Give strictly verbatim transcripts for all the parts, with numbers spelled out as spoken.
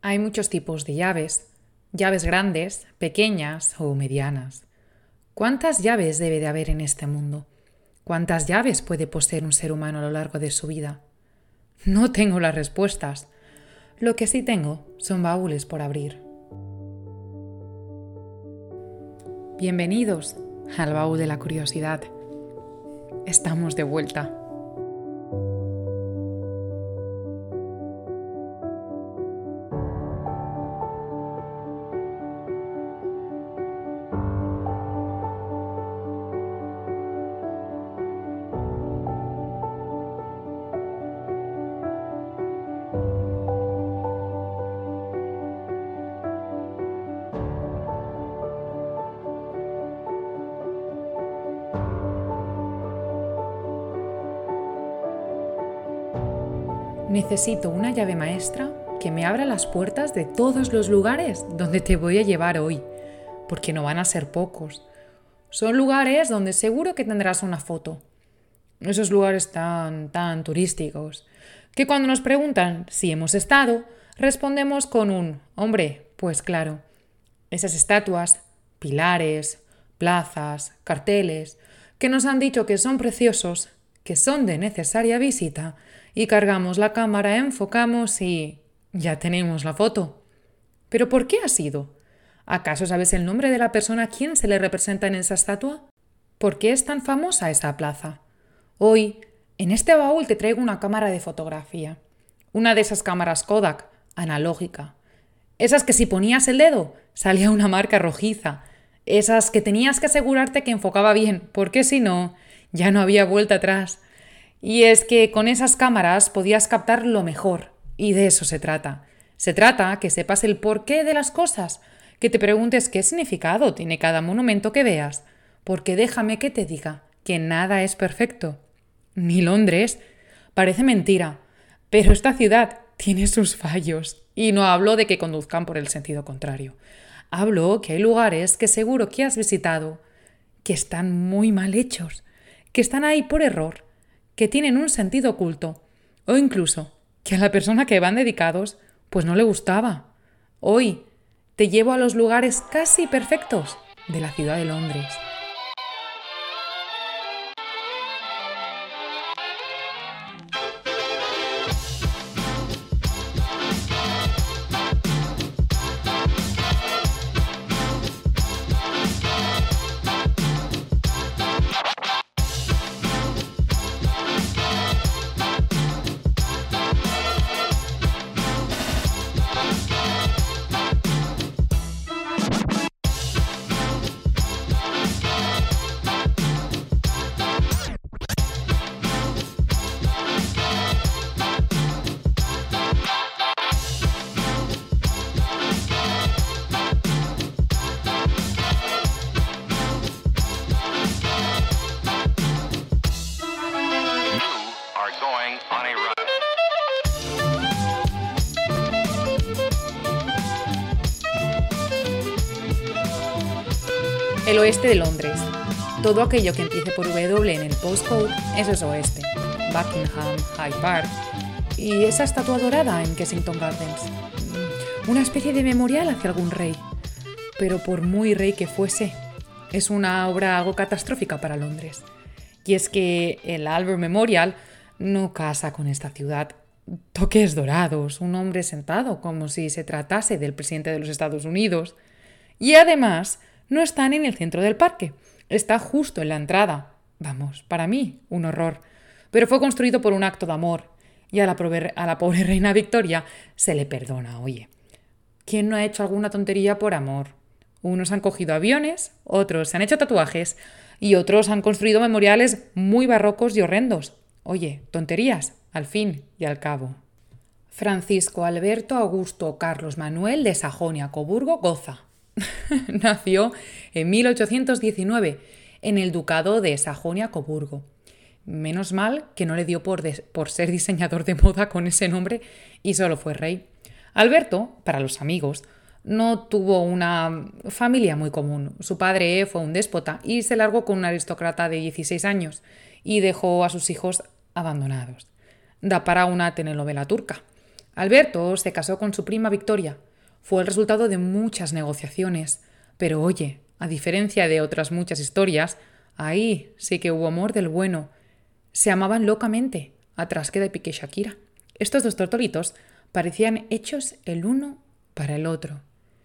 Hay muchos tipos de llaves, llaves grandes, pequeñas o medianas. ¿Cuántas llaves debe de haber en este mundo? ¿Cuántas llaves puede poseer un ser humano a lo largo de su vida? No tengo las respuestas. Lo que sí tengo son baúles por abrir. Bienvenidos al baúl de la curiosidad. Estamos de vuelta. Necesito una llave maestra que me abra las puertas de todos los lugares donde te voy a llevar hoy, porque no van a ser pocos. Son lugares donde seguro que tendrás una foto. Esos lugares tan, tan turísticos, que cuando nos preguntan si hemos estado, respondemos con un «hombre, pues claro». Esas estatuas, pilares, plazas, carteles, que nos han dicho que son preciosos, que son de necesaria visita, y cargamos la cámara, enfocamos y ya tenemos la foto. ¿Pero por qué ha sido? ¿Acaso sabes el nombre de la persona a quien se le representa en esa estatua? ¿Por qué es tan famosa esa plaza? Hoy, en este baúl te traigo una cámara de fotografía. Una de esas cámaras Kodak, analógica. Esas que si ponías el dedo, salía una marca rojiza. Esas que tenías que asegurarte que enfocaba bien, porque si no, ya no había vuelta atrás. Y es que con esas cámaras podías captar lo mejor, y de eso se trata. Se trata que sepas el porqué de las cosas, que te preguntes qué significado tiene cada monumento que veas, porque déjame que te diga que nada es perfecto. Ni Londres. Parece mentira, pero esta ciudad tiene sus fallos, y no hablo de que conduzcan por el sentido contrario. Hablo que hay lugares que seguro que has visitado, que están muy mal hechos, que están ahí por error, que tienen un sentido oculto, o incluso que a la persona que van dedicados pues no le gustaba. Hoy te llevo a los lugares casi perfectos de la ciudad de Londres. El oeste de Londres. Todo aquello que empiece por W en el postcode, eso es oeste. Buckingham, Hyde Park y esa estatua dorada en Kensington Gardens. Una especie de memorial hacia algún rey. Pero por muy rey que fuese, es una obra algo catastrófica para Londres. Y es que el Albert Memorial no casa con esta ciudad. Toques dorados, un hombre sentado como si se tratase del presidente de los Estados Unidos. Y además no están en el centro del parque, está justo en la entrada. Vamos, para mí, un horror. Pero fue construido por un acto de amor, y a la, pobre, a la pobre reina Victoria se le perdona, oye. ¿Quién no ha hecho alguna tontería por amor? Unos han cogido aviones, otros se han hecho tatuajes, y otros han construido memoriales muy barrocos y horrendos. Oye, tonterías, al fin y al cabo. Francisco Alberto Augusto Carlos Manuel de Sajonia-Coburgo-Gotha. Nació en mil ochocientos diecinueve en el ducado de Sajonia-Coburgo. Menos mal que no le dio por, de, por ser diseñador de moda con ese nombre y solo fue rey. Alberto, para los amigos, no tuvo una familia muy común. Su padre fue un déspota y se largó con un aristócrata de dieciséis años y dejó a sus hijos abandonados. Da para una telenovela turca. Alberto se casó con su prima Victoria. Fue el resultado de muchas negociaciones. Pero oye, a diferencia de otras muchas historias, ahí sí que hubo amor del bueno. Se amaban locamente, atrás que de Piqué y Shakira. Estos dos tortolitos parecían hechos el uno para el otro.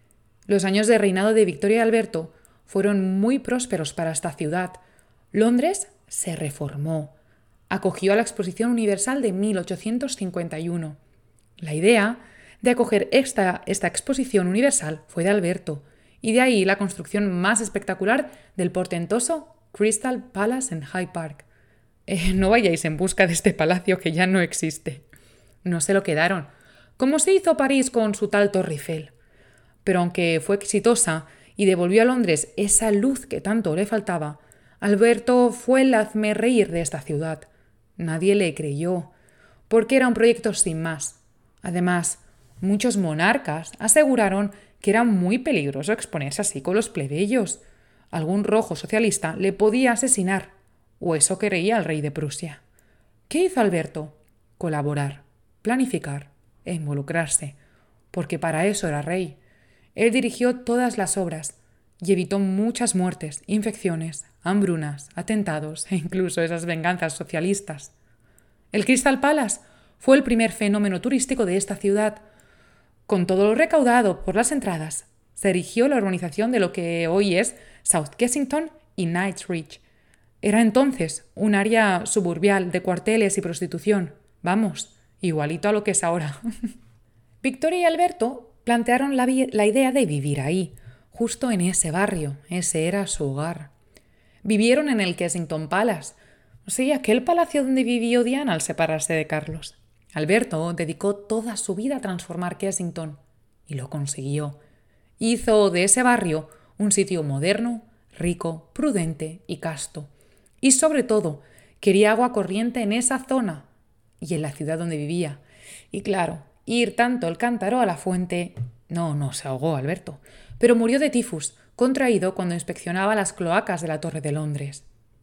Los años de reinado de Victoria y Alberto fueron muy prósperos para esta ciudad. Londres se reformó. Acogió a la Exposición Universal de mil ochocientos cincuenta y uno. La idea de acoger esta, esta exposición universal fue de Alberto, y de ahí la construcción más espectacular del portentoso Crystal Palace en Hyde Park. Eh, no vayáis en busca de este palacio que ya no existe. No se lo quedaron, como se hizo París con su tal Torre Eiffel. Pero aunque fue exitosa y devolvió a Londres esa luz que tanto le faltaba, Alberto fue el hazmerreír de esta ciudad. Nadie le creyó, porque era un proyecto sin más. Además, muchos monarcas aseguraron que era muy peligroso exponerse así con los plebeyos. Algún rojo socialista le podía asesinar, o eso creía el rey de Prusia. ¿Qué hizo Alberto? Colaborar, planificar e involucrarse, porque para eso era rey. Él dirigió todas las obras y evitó muchas muertes, infecciones, hambrunas, atentados e incluso esas venganzas socialistas. El Crystal Palace fue el primer fenómeno turístico de esta ciudad. Con todo lo recaudado por las entradas, se erigió la urbanización de lo que hoy es South Kensington y Knightsbridge. Era entonces un área suburbial de cuarteles y prostitución. Vamos, igualito a lo que es ahora. Victoria y Alberto plantearon la, vi- la idea de vivir ahí, justo en ese barrio. Ese era su hogar. Vivieron en el Kensington Palace, sí, aquel palacio donde vivió Diana al separarse de Carlos. Alberto dedicó toda su vida a transformar Kensington y lo consiguió. Hizo de ese barrio un sitio moderno, rico, prudente y casto. Y sobre todo, quería agua corriente en esa zona y en la ciudad donde vivía. Y claro, ir tanto el cántaro a la fuente... No, no se ahogó Alberto, pero murió de tifus, contraído cuando inspeccionaba las cloacas de la Torre de Londres.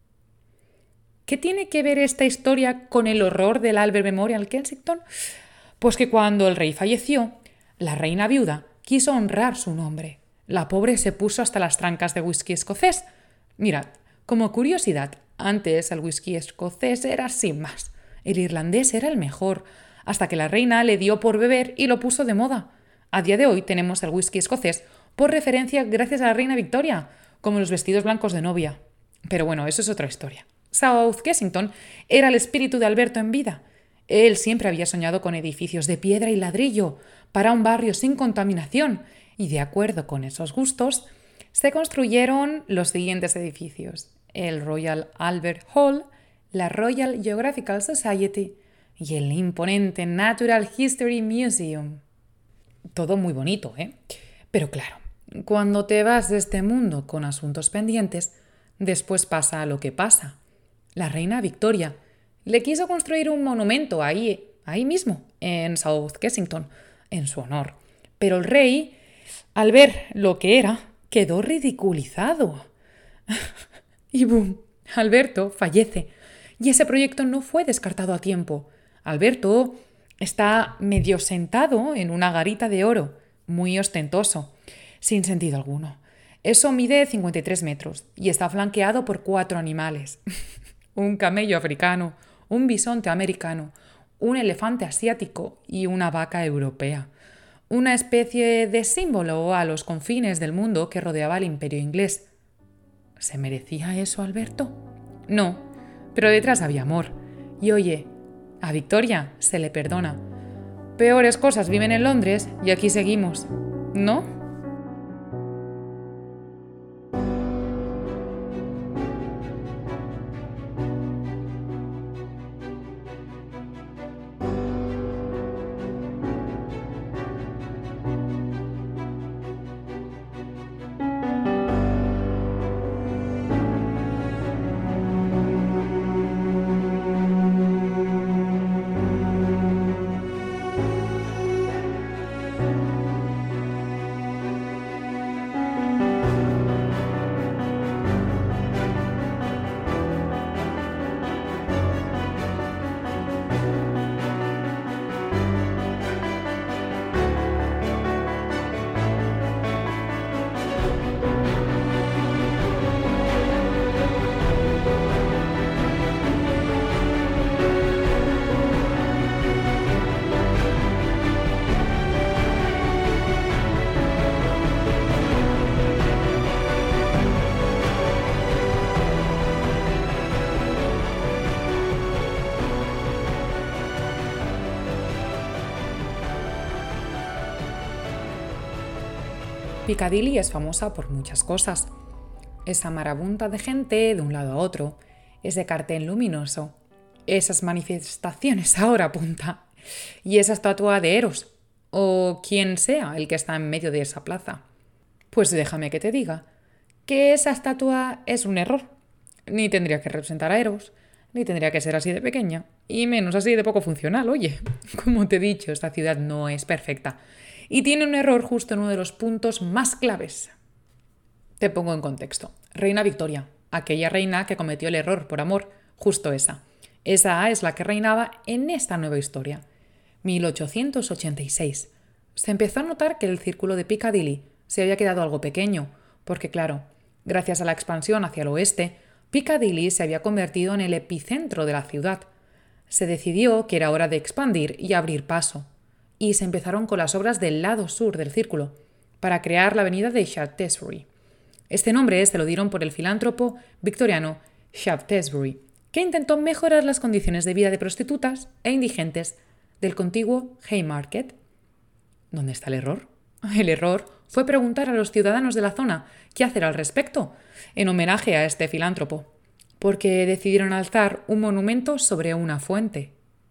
¿Qué tiene que ver esta historia con el horror del Albert Memorial Kensington? Pues que cuando el rey falleció, la reina viuda quiso honrar su nombre. La pobre se puso hasta las trancas de whisky escocés. Mirad, como curiosidad, antes el whisky escocés era sin más. El irlandés era el mejor, hasta que la reina le dio por beber y lo puso de moda. A día de hoy tenemos el whisky escocés por referencia gracias a la reina Victoria, como los vestidos blancos de novia. Pero bueno, eso es otra historia. South Kensington era el espíritu de Alberto en vida. Él siempre había soñado con edificios de piedra y ladrillo para un barrio sin contaminación, y de acuerdo con esos gustos, se construyeron los siguientes edificios: el Royal Albert Hall, la Royal Geographical Society y el imponente Natural History Museum. Todo muy bonito, ¿eh? Pero claro, cuando te vas de este mundo con asuntos pendientes, después pasa lo que pasa. La reina Victoria le quiso construir un monumento ahí, ahí mismo, en South Kensington, en su honor. Pero el rey, al ver lo que era, quedó ridiculizado. Y ¡bum! Alberto fallece. Y ese proyecto no fue descartado a tiempo. Alberto está medio sentado en una garita de oro, muy ostentoso, sin sentido alguno. Eso mide cincuenta y tres metros y está flanqueado por cuatro animales. Un camello africano, un bisonte americano, un elefante asiático y una vaca europea. Una especie de símbolo a los confines del mundo que rodeaba el imperio inglés. ¿Se merecía eso Alberto? No, pero detrás había amor. Y oye, a Victoria se le perdona. Peores cosas viven en Londres y aquí seguimos, ¿no? Piccadilly es famosa por muchas cosas. Esa marabunta de gente de un lado a otro, ese cartel luminoso, esas manifestaciones a hora punta y esa estatua de Eros, o quien sea el que está en medio de esa plaza. Pues déjame que te diga que esa estatua es un error. Ni tendría que representar a Eros, ni tendría que ser así de pequeña, y menos así de poco funcional, oye. Como te he dicho, esta ciudad no es perfecta, y tiene un error justo en uno de los puntos más claves. Te pongo en contexto. Reina Victoria, aquella reina que cometió el error por amor, justo esa. Esa es la que reinaba en esta nueva historia. mil ochocientos ochenta y seis. Se empezó a notar que el círculo de Piccadilly se había quedado algo pequeño, porque claro, gracias a la expansión hacia el oeste, Piccadilly se había convertido en el epicentro de la ciudad. Se decidió que era hora de expandir y abrir paso, y se empezaron con las obras del lado sur del círculo, para crear la avenida de Shaftesbury. Este nombre se lo dieron por el filántropo victoriano Shaftesbury, que intentó mejorar las condiciones de vida de prostitutas e indigentes del contiguo Haymarket. ¿Dónde está el error? El error fue preguntar a los ciudadanos de la zona qué hacer al respecto, en homenaje a este filántropo, porque decidieron alzar un monumento sobre una fuente.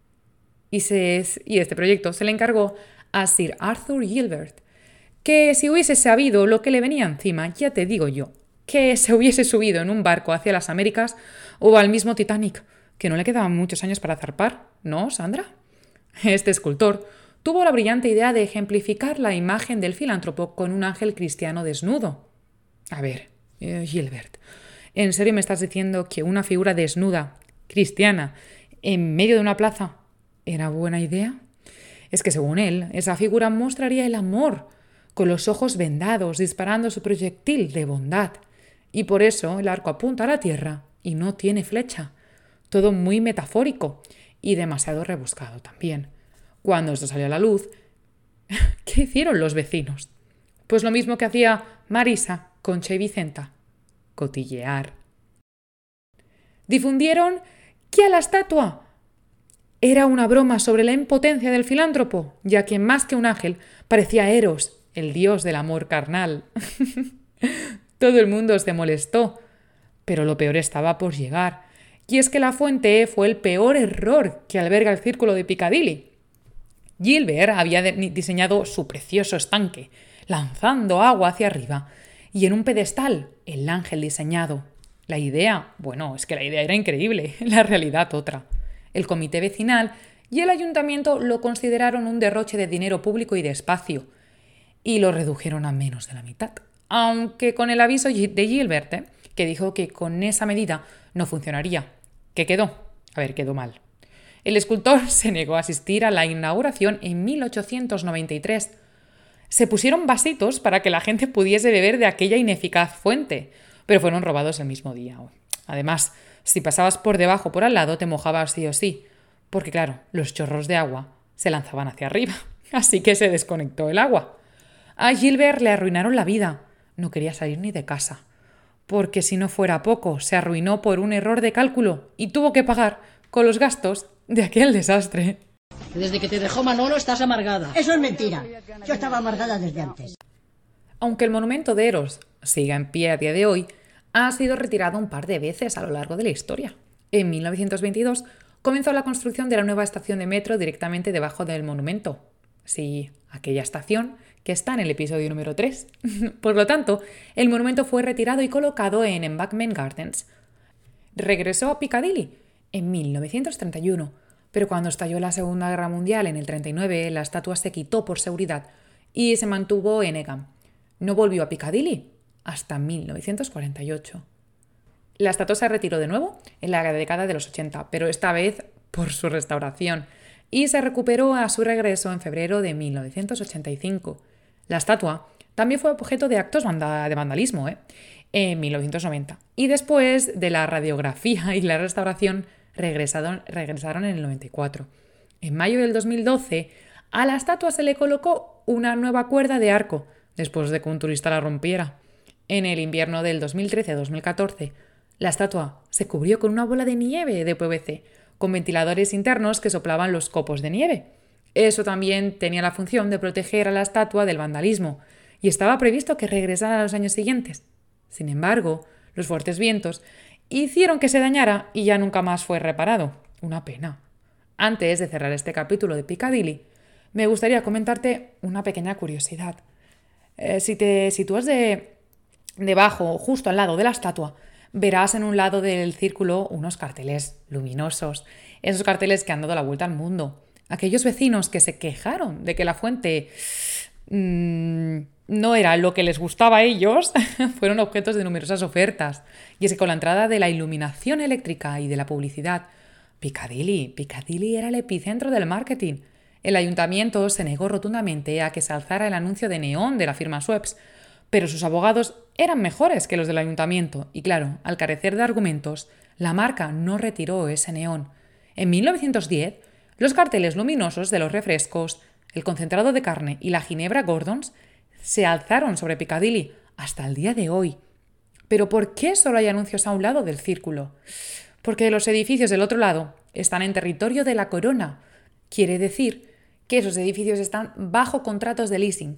Y, se, y este proyecto se le encargó a Sir Arthur Gilbert, que si hubiese sabido lo que le venía encima, ya te digo yo, que se hubiese subido en un barco hacia las Américas o al mismo Titanic, que no le quedaban muchos años para zarpar, ¿no, Sandra? Este escultor tuvo la brillante idea de ejemplificar la imagen del filántropo con un ángel cristiano desnudo. A ver, eh, Gilbert, ¿en serio me estás diciendo que una figura desnuda, cristiana, en medio de una plaza, era buena idea? Es que según él, esa figura mostraría el amor, con los ojos vendados, disparando su proyectil de bondad. Y por eso el arco apunta a la tierra y no tiene flecha. Todo muy metafórico y demasiado rebuscado también. Cuando esto salió a la luz, ¿qué hicieron los vecinos? Pues lo mismo que hacía Marisa, Concha y Vicenta: cotillear. Difundieron que a la estatua era una broma sobre la impotencia del filántropo, ya que más que un ángel parecía Eros, el dios del amor carnal. Todo el mundo se molestó, pero lo peor estaba por llegar, y es que la fuente fue el peor error que alberga el círculo de Piccadilly. Gilbert había diseñado su precioso estanque, lanzando agua hacia arriba, y en un pedestal el ángel diseñado. La idea, bueno, es que la idea era increíble, la realidad otra. El comité vecinal y el ayuntamiento lo consideraron un derroche de dinero público y de espacio, y lo redujeron a menos de la mitad. Aunque con el aviso de Gilbert, ¿eh? que dijo que con esa medida no funcionaría. ¿Qué quedó? A ver, quedó mal. El escultor se negó a asistir a la inauguración en mil ochocientos noventa y tres. Se pusieron vasitos para que la gente pudiese beber de aquella ineficaz fuente, pero fueron robados el mismo día. Además, si pasabas por debajo o por al lado, te mojabas sí o sí, porque claro, los chorros de agua se lanzaban hacia arriba, así que se desconectó el agua. A Gilbert le arruinaron la vida. No quería salir ni de casa, porque si no fuera poco, se arruinó por un error de cálculo y tuvo que pagar con los gastos de aquel desastre. Desde que te dejó Manolo estás amargada. Eso es mentira. Yo estaba amargada desde antes. Aunque el monumento de Eros siga en pie a día de hoy, ha sido retirado un par de veces a lo largo de la historia. En mil novecientos veintidós comenzó la construcción de la nueva estación de metro directamente debajo del monumento. Sí, aquella estación que está en el episodio número tres. Por lo tanto, el monumento fue retirado y colocado en Embankment Gardens. Regresó a Piccadilly en mil novecientos treinta y uno, pero cuando estalló la Segunda Guerra Mundial en el treinta y nueve, la estatua se quitó por seguridad y se mantuvo en Egham. No volvió a Piccadilly hasta mil novecientos cuarenta y ocho. La estatua se retiró de nuevo en la década de los ochenta, pero esta vez por su restauración, y se recuperó a su regreso en febrero de mil novecientos ochenta y cinco. La estatua también fue objeto de actos de vandalismo ¿eh? en mil novecientos noventa, y después de la radiografía y la restauración regresaron, regresaron en el noventa y cuatro. En mayo del dos mil doce, a la estatua se le colocó una nueva cuerda de arco, después de que un turista la rompiera. En el invierno del dos mil trece a dos mil catorce, la estatua se cubrió con una bola de nieve de P V C, con ventiladores internos que soplaban los copos de nieve. Eso también tenía la función de proteger a la estatua del vandalismo, y estaba previsto que regresara a los años siguientes. Sin embargo, los fuertes vientos hicieron que se dañara y ya nunca más fue reparado. Una pena. Antes de cerrar este capítulo de Piccadilly, me gustaría comentarte una pequeña curiosidad. Eh, si te sitúas de, debajo, justo al lado de la estatua, verás en un lado del círculo unos carteles luminosos, esos carteles que han dado la vuelta al mundo. Aquellos vecinos que se quejaron de que la fuente mmm, no era lo que les gustaba a ellos, fueron objetos de numerosas ofertas. Y es que con la entrada de la iluminación eléctrica y de la publicidad, Piccadilly, Piccadilly era el epicentro del marketing. El ayuntamiento se negó rotundamente a que se alzara el anuncio de neón de la firma Schweppes, pero sus abogados eran mejores que los del ayuntamiento y, claro, al carecer de argumentos, la marca no retiró ese neón. En mil novecientos diez, los carteles luminosos de los refrescos, el concentrado de carne y la ginebra Gordon's se alzaron sobre Piccadilly hasta el día de hoy. ¿Pero por qué solo hay anuncios a un lado del círculo? Porque los edificios del otro lado están en territorio de la corona. Quiere decir que esos edificios están bajo contratos de leasing.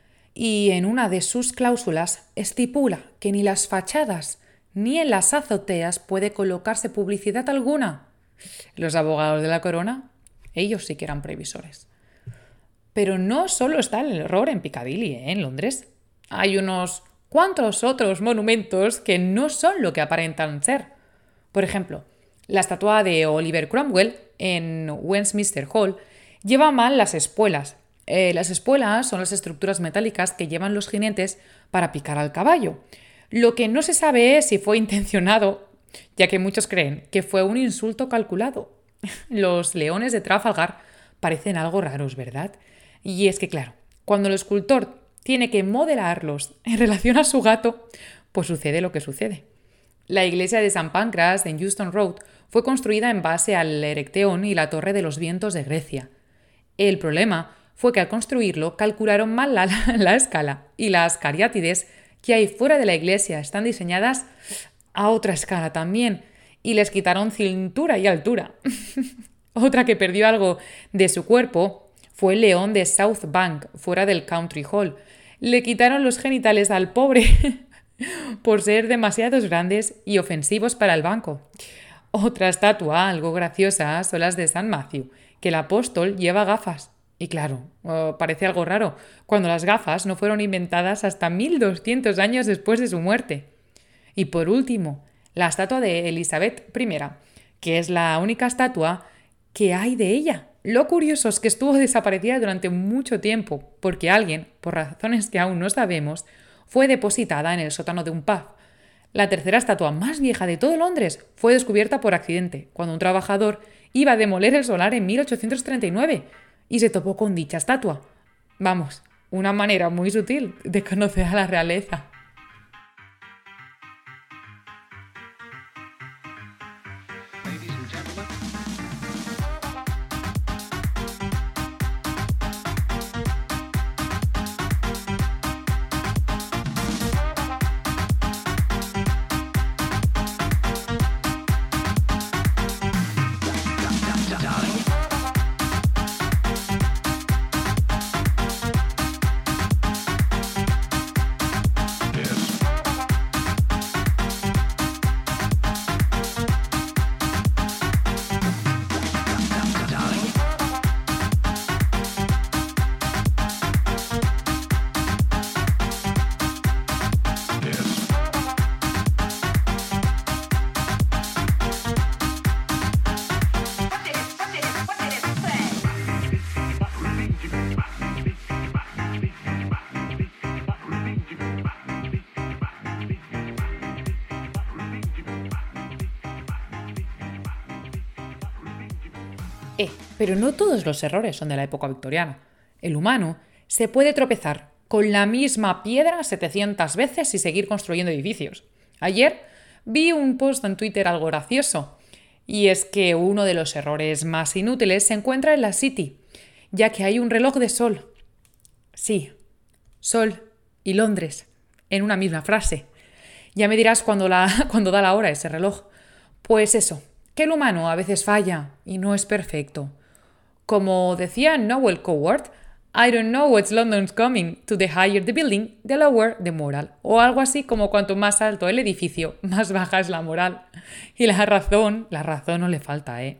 Y en una de sus cláusulas estipula que ni las fachadas ni en las azoteas puede colocarse publicidad alguna. Los abogados de la corona, ellos sí que eran previsores. Pero no solo está el error en Piccadilly, ¿eh? En Londres. Hay unos cuantos otros monumentos que no son lo que aparentan ser. Por ejemplo, la estatua de Oliver Cromwell en Westminster Hall lleva mal las espuelas. Eh, las espuelas son las estructuras metálicas que llevan los jinetes para picar al caballo. Lo que no se sabe es si fue intencionado, ya que muchos creen que fue un insulto calculado. Los leones de Trafalgar parecen algo raros, ¿verdad? Y es que, claro, cuando el escultor tiene que modelarlos en relación a su gato, pues sucede lo que sucede. La iglesia de San Pancras en Euston Road fue construida en base al Erecteón y la Torre de los Vientos de Grecia. El problema fue que al construirlo calcularon mal la, la escala y las cariátides que hay fuera de la iglesia están diseñadas a otra escala también y les quitaron cintura y altura. Otra que perdió algo de su cuerpo fue el león de South Bank, fuera del Country Hall. Le quitaron los genitales al pobre por ser demasiados grandes y ofensivos para el banco. Otra estatua algo graciosa son las de San Matthew, que el apóstol lleva gafas. Y claro, oh, parece algo raro, cuando las gafas no fueron inventadas hasta mil doscientos años después de su muerte. Y por último, la estatua de Elizabeth primera, que es la única estatua que hay de ella. Lo curioso es que estuvo desaparecida durante mucho tiempo, porque alguien, por razones que aún no sabemos, fue depositada en el sótano de un pub. La tercera estatua más vieja de todo Londres fue descubierta por accidente, cuando un trabajador iba a demoler el solar en mil ochocientos treinta y nueve y se topó con dicha estatua. Vamos, una manera muy sutil de conocer a la realeza. Eh, pero no todos los errores son de la época victoriana. El humano se puede tropezar con la misma piedra setecientas veces y seguir construyendo edificios. Ayer vi un post en Twitter algo gracioso, y es que uno de los errores más inútiles se encuentra en la City, ya que hay un reloj de sol. Sí, sol y Londres, en una misma frase. Ya me dirás cuando, la, cuando da la hora ese reloj. Pues eso, que el humano a veces falla y no es perfecto. Como decía Noel Coward, I don't know what's London's coming. To the higher the building, the lower the moral. O algo así como cuanto más alto el edificio, más baja es la moral. Y la razón, la razón no le falta, ¿eh?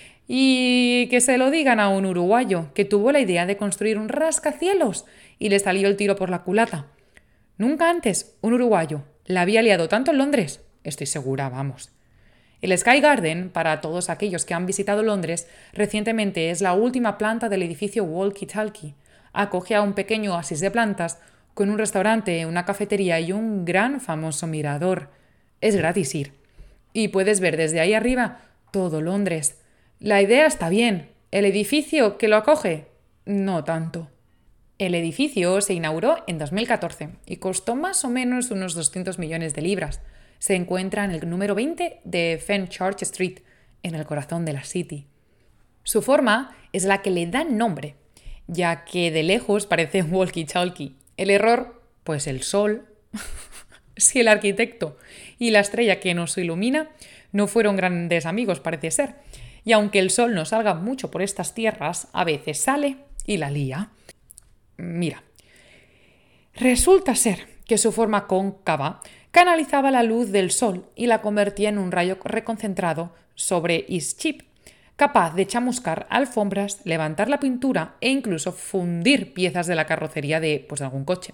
Y que se lo digan a un uruguayo que tuvo la idea de construir un rascacielos y le salió el tiro por la culata. Nunca antes un uruguayo la había liado tanto en Londres. Estoy segura, vamos. El Sky Garden, para todos aquellos que han visitado Londres, recientemente es la última planta del edificio Walkie Talkie. Acoge a un pequeño oasis de plantas con un restaurante, una cafetería y un gran famoso mirador. Es gratis ir. Y puedes ver desde ahí arriba todo Londres. La idea está bien. ¿El edificio que lo acoge? No tanto. El edificio se inauguró en dos mil catorce y costó más o menos unos doscientos millones de libras. Se encuentra en el número veinte de Fenchurch Street, en el corazón de la City. Su forma es la que le da nombre, ya que de lejos parece un walkie-talkie. El error, pues el sol. Si el arquitecto y la estrella que nos ilumina no fueron grandes amigos, parece ser. Y aunque el sol no salga mucho por estas tierras, a veces sale y la lía. Mira, resulta ser que su forma cóncava canalizaba la luz del sol y la convertía en un rayo reconcentrado sobre Eastcheap, capaz de chamuscar alfombras, levantar la pintura e incluso fundir piezas de la carrocería de, pues, de algún coche.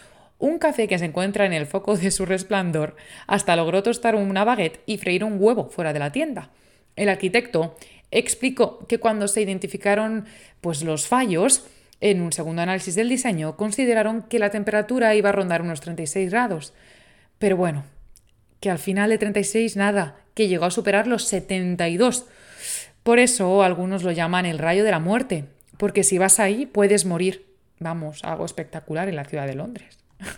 Un café que se encuentra en el foco de su resplandor hasta logró tostar una baguette y freír un huevo fuera de la tienda. El arquitecto explicó que cuando se identificaron, pues, los fallos, en un segundo análisis del diseño, consideraron que la temperatura iba a rondar unos treinta y seis grados. Pero bueno, que al final de treinta y seis nada, que llegó a superar los setenta y dos. Por eso algunos lo llaman el rayo de la muerte, porque si vas ahí puedes morir. Vamos, algo espectacular en la ciudad de Londres.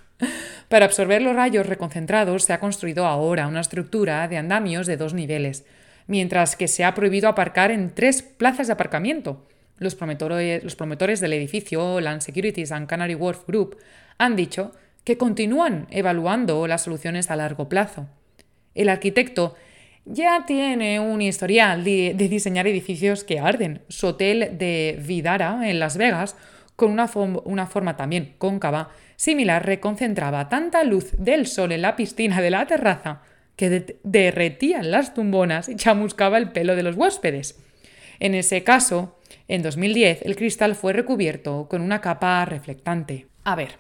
Para absorber los rayos reconcentrados se ha construido ahora una estructura de andamios de dos niveles, mientras que se ha prohibido aparcar en tres plazas de aparcamiento. Los promotores, los promotores del edificio, Land Securities and Canary Wharf Group, han dicho que continúan evaluando las soluciones a largo plazo. El arquitecto ya tiene un historial de, de diseñar edificios que arden. Su hotel de Vidara, en Las Vegas, con una, fo- una forma también cóncava, similar, reconcentraba tanta luz del sol en la piscina de la terraza que de- derretían las tumbonas y chamuscaba el pelo de los huéspedes. En ese caso, en dos mil diez, el cristal fue recubierto con una capa reflectante. A ver,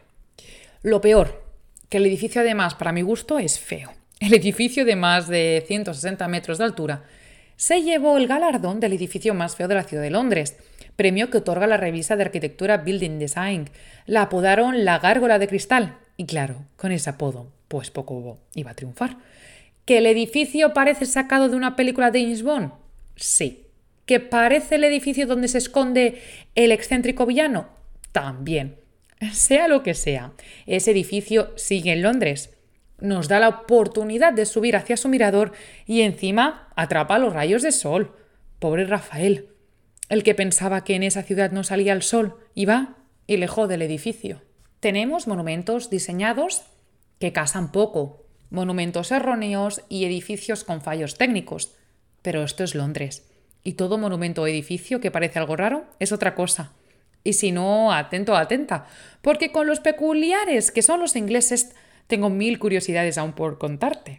lo peor, que el edificio además, para mi gusto, es feo. El edificio de más de ciento sesenta metros de altura se llevó el galardón del edificio más feo de la ciudad de Londres, premio que otorga la revista de arquitectura Building Design. La apodaron la gárgola de cristal. Y claro, con ese apodo, pues poco iba a triunfar. ¿Que el edificio parece sacado de una película de James Bond? Sí. ¿Que parece el edificio donde se esconde el excéntrico villano? También. Sea lo que sea, ese edificio sigue en Londres. Nos da la oportunidad de subir hacia su mirador y encima atrapa los rayos de sol. Pobre Rafael, el que pensaba que en esa ciudad no salía el sol, y va y le jode el edificio. Tenemos monumentos diseñados que casan poco, monumentos erróneos y edificios con fallos técnicos. Pero esto es Londres, y todo monumento o edificio que parece algo raro es otra cosa. Y si no, atento o atenta, porque con los peculiares que son los ingleses tengo mil curiosidades aún por contarte.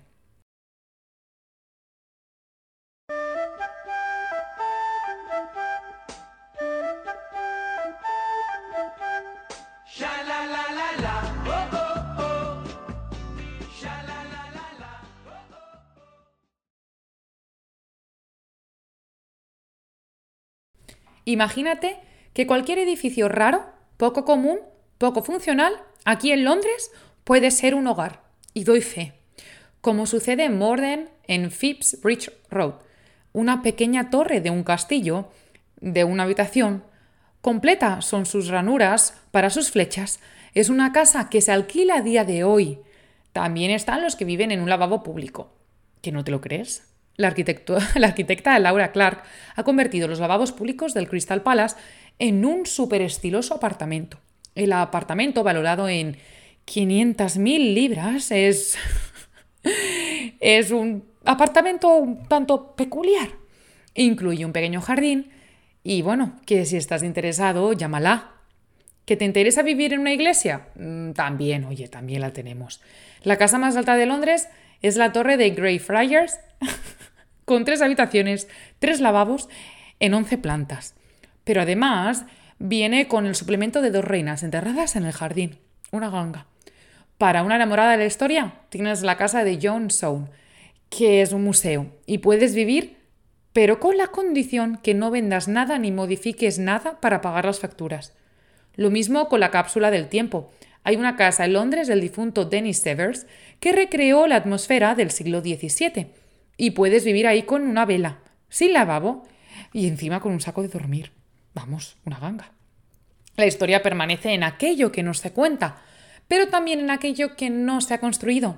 Imagínate que cualquier edificio raro, poco común, poco funcional, aquí en Londres, puede ser un hogar. Y doy fe. Como sucede en Morden, en Phipps Bridge Road, una pequeña torre de un castillo, de una habitación, completa son sus ranuras para sus flechas. Es una casa que se alquila a día de hoy. También están los que viven en un lavabo público. ¿Que no te lo crees? La, la arquitecta Laura Clark ha convertido los lavabos públicos del Crystal Palace en un súper estiloso apartamento. El apartamento, valorado en quinientas mil libras, es... es un apartamento un tanto peculiar. Incluye un pequeño jardín y, bueno, que si estás interesado, llámala. ¿Que te interesa vivir en una iglesia? Mm, también, oye, también la tenemos. La casa más alta de Londres es la torre de Greyfriars, con tres habitaciones, tres lavabos, en once plantas. Pero además viene con el suplemento de dos reinas enterradas en el jardín. Una ganga. Para una enamorada de la historia, tienes la casa de John Soane, que es un museo, y puedes vivir, pero con la condición que no vendas nada ni modifiques nada para pagar las facturas. Lo mismo con la cápsula del tiempo. Hay una casa en Londres del difunto Dennis Severs que recreó la atmósfera del siglo diecisiete y puedes vivir ahí con una vela, sin lavabo y encima con un saco de dormir. Vamos, una ganga. La historia permanece en aquello que no se cuenta, pero también en aquello que no se ha construido.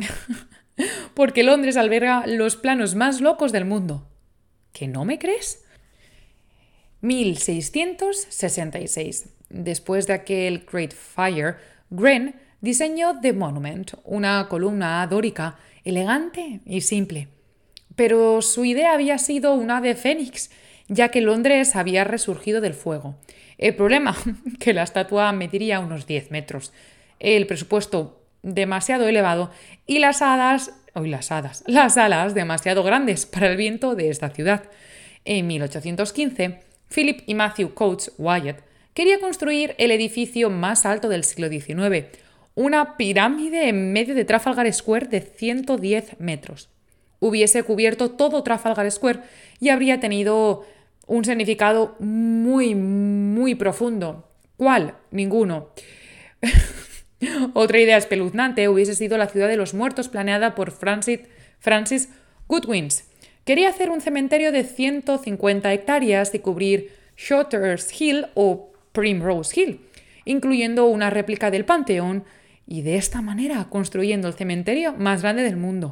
Porque Londres alberga los planos más locos del mundo. ¿Que no me crees? mil seiscientos sesenta y seis. Después de aquel Great Fire, Wren diseñó The Monument, una columna dórica, elegante y simple. Pero su idea había sido un ave fénix, ya que Londres había resurgido del fuego. El problema, que la estatua mediría unos diez metros, el presupuesto demasiado elevado y las hadas, uy, las hadas, las alas demasiado grandes para el viento de esta ciudad. En mil ochocientos quince, Philip y Matthew Coates Wyatt quería construir el edificio más alto del siglo diecinueve, una pirámide en medio de Trafalgar Square de ciento diez metros. Hubiese cubierto todo Trafalgar Square y habría tenido un significado muy, muy profundo. ¿Cuál? Ninguno. Otra idea espeluznante hubiese sido la ciudad de los muertos planeada por Francis, Francis Goodwins. Quería hacer un cementerio de ciento cincuenta hectáreas y cubrir Shotter's Hill o Primrose Hill, incluyendo una réplica del Panteón y de esta manera construyendo el cementerio más grande del mundo.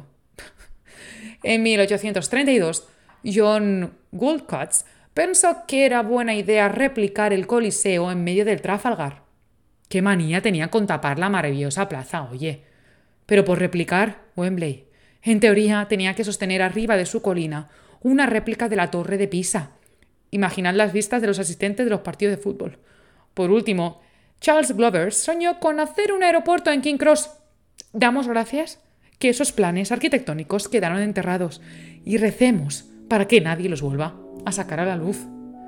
En mil ochocientos treinta y dos, John Goldcutts pensó que era buena idea replicar el Coliseo en medio del Trafalgar. Qué manía tenía con tapar la maravillosa plaza, oye. Pero por replicar Wembley, en teoría tenía que sostener arriba de su colina una réplica de la Torre de Pisa. Imaginad las vistas de los asistentes de los partidos de fútbol. Por último, Charles Glover soñó con hacer un aeropuerto en King Cross. Damos gracias que esos planes arquitectónicos quedaron enterrados y recemos para que nadie los vuelva a sacar a la luz.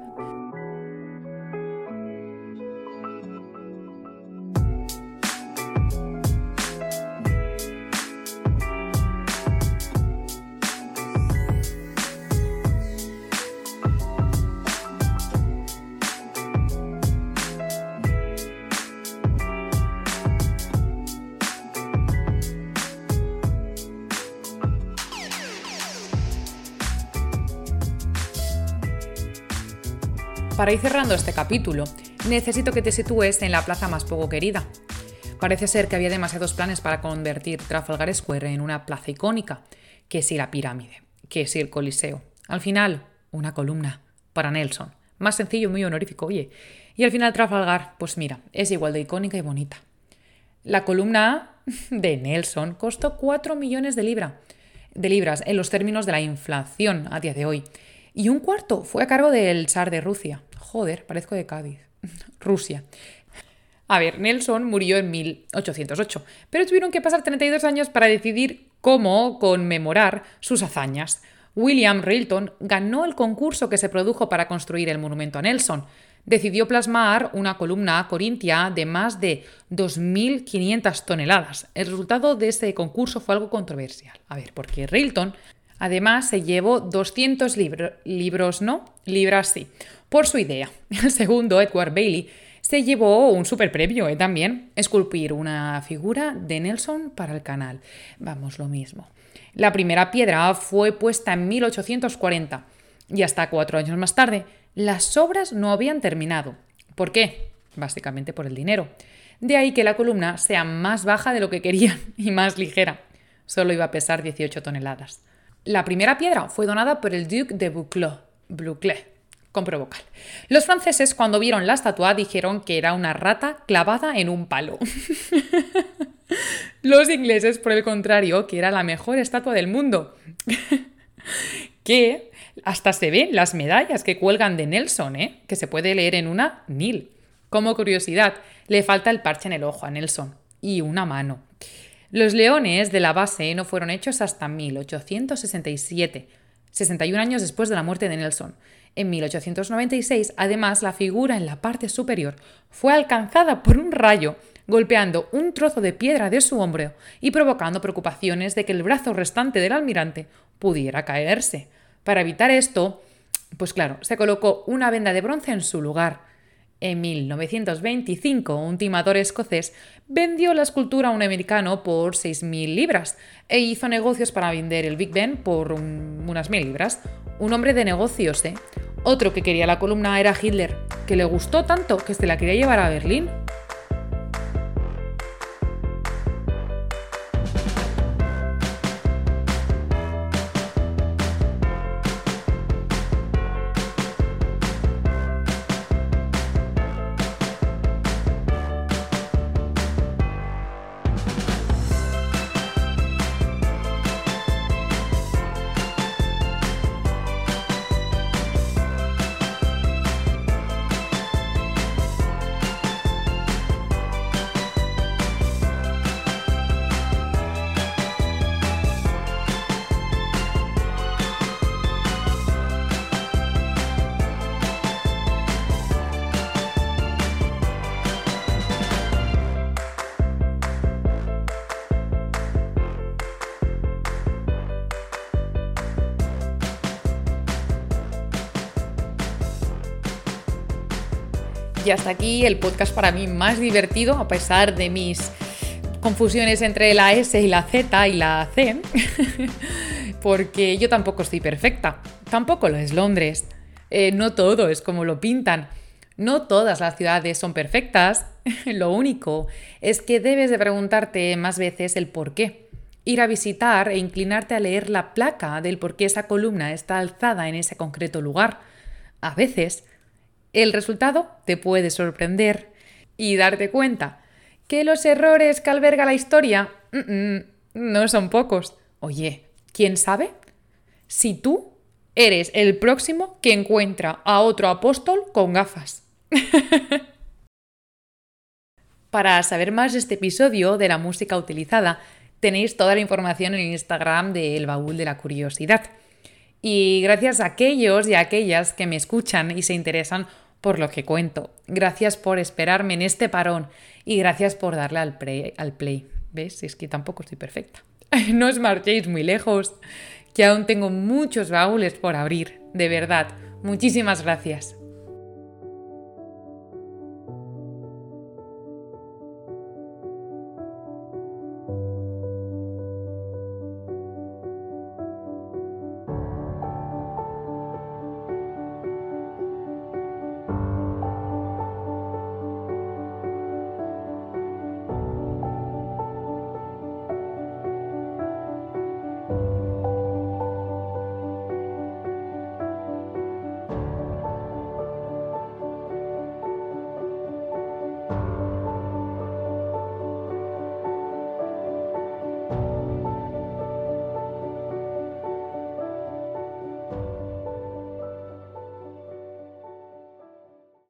Para ir cerrando este capítulo, necesito que te sitúes en la plaza más poco querida. Parece ser que había demasiados planes para convertir Trafalgar Square en una plaza icónica, que si la pirámide, que si el Coliseo. Al final, una columna para Nelson. Más sencillo y muy honorífico, oye. Y al final Trafalgar, pues mira, es igual de icónica y bonita. La columna de Nelson costó cuatro millones de, libra, de libras en los términos de la inflación a día de hoy. Y un cuarto fue a cargo del zar de Rusia. Joder, parezco de Cádiz. Rusia. A ver, Nelson murió en mil ochocientos ocho, pero tuvieron que pasar treinta y dos años para decidir cómo conmemorar sus hazañas. William Railton ganó el concurso que se produjo para construir el monumento a Nelson. Decidió plasmar una columna corintia de más de dos mil quinientas toneladas. El resultado de ese concurso fue algo controversial. A ver, porque Railton además se llevó doscientos libro, libros, ¿no? Libras, sí, por su idea. El segundo, Edward Bailey, se llevó un superpremio ¿eh? también, esculpir una figura de Nelson para el canal. Vamos, lo mismo. La primera piedra fue puesta en mil ochocientos cuarenta y hasta cuatro años más tarde las obras no habían terminado. ¿Por qué? Básicamente por el dinero. De ahí que la columna sea más baja de lo que querían y más ligera. Solo iba a pesar dieciocho toneladas. La primera piedra fue donada por el Duque de Buccleuch, compro vocal. Los franceses, cuando vieron la estatua, dijeron que era una rata clavada en un palo. Los ingleses, por el contrario, que era la mejor estatua del mundo. Que hasta se ven las medallas que cuelgan de Nelson, ¿eh? Que se puede leer en una Nil. Como curiosidad, le falta el parche en el ojo a Nelson y una mano. Los leones de la base no fueron hechos hasta mil ochocientos sesenta y siete, sesenta y un años después de la muerte de Nelson. En mil ochocientos noventa y seis, además, la figura en la parte superior fue alcanzada por un rayo, golpeando un trozo de piedra de su hombro y provocando preocupaciones de que el brazo restante del almirante pudiera caerse. Para evitar esto, pues claro, se colocó una venda de bronce en su lugar. En mil novecientos veinticinco, un timador escocés vendió la escultura a un americano por seis mil libras e hizo negocios para vender el Big Ben por un, unas mil libras. Un hombre de negocios, ¿eh? Otro que quería la columna era Hitler, que le gustó tanto que se la quería llevar a Berlín. Y hasta aquí el podcast para mí más divertido, a pesar de mis confusiones entre la S y la Z y la C, porque yo tampoco estoy perfecta, tampoco lo es Londres, eh, no todo es como lo pintan, no todas las ciudades son perfectas, lo único es que debes de preguntarte más veces el por qué, ir a visitar e inclinarte a leer la placa del por qué esa columna está alzada en ese concreto lugar. A veces el resultado te puede sorprender y darte cuenta que los errores que alberga la historia mm-mm, no son pocos. Oye, ¿quién sabe? Si tú eres el próximo que encuentra a otro apóstol con gafas. Para saber más de este episodio de la música utilizada, tenéis toda la información en el Instagram de El Baúl de la Curiosidad. Y gracias a aquellos y a aquellas que me escuchan y se interesan por lo que cuento. Gracias por esperarme en este parón y gracias por darle al play. Al play. ¿Ves? Es que tampoco estoy perfecta. No os marchéis muy lejos, que aún tengo muchos baúles por abrir. De verdad, muchísimas gracias.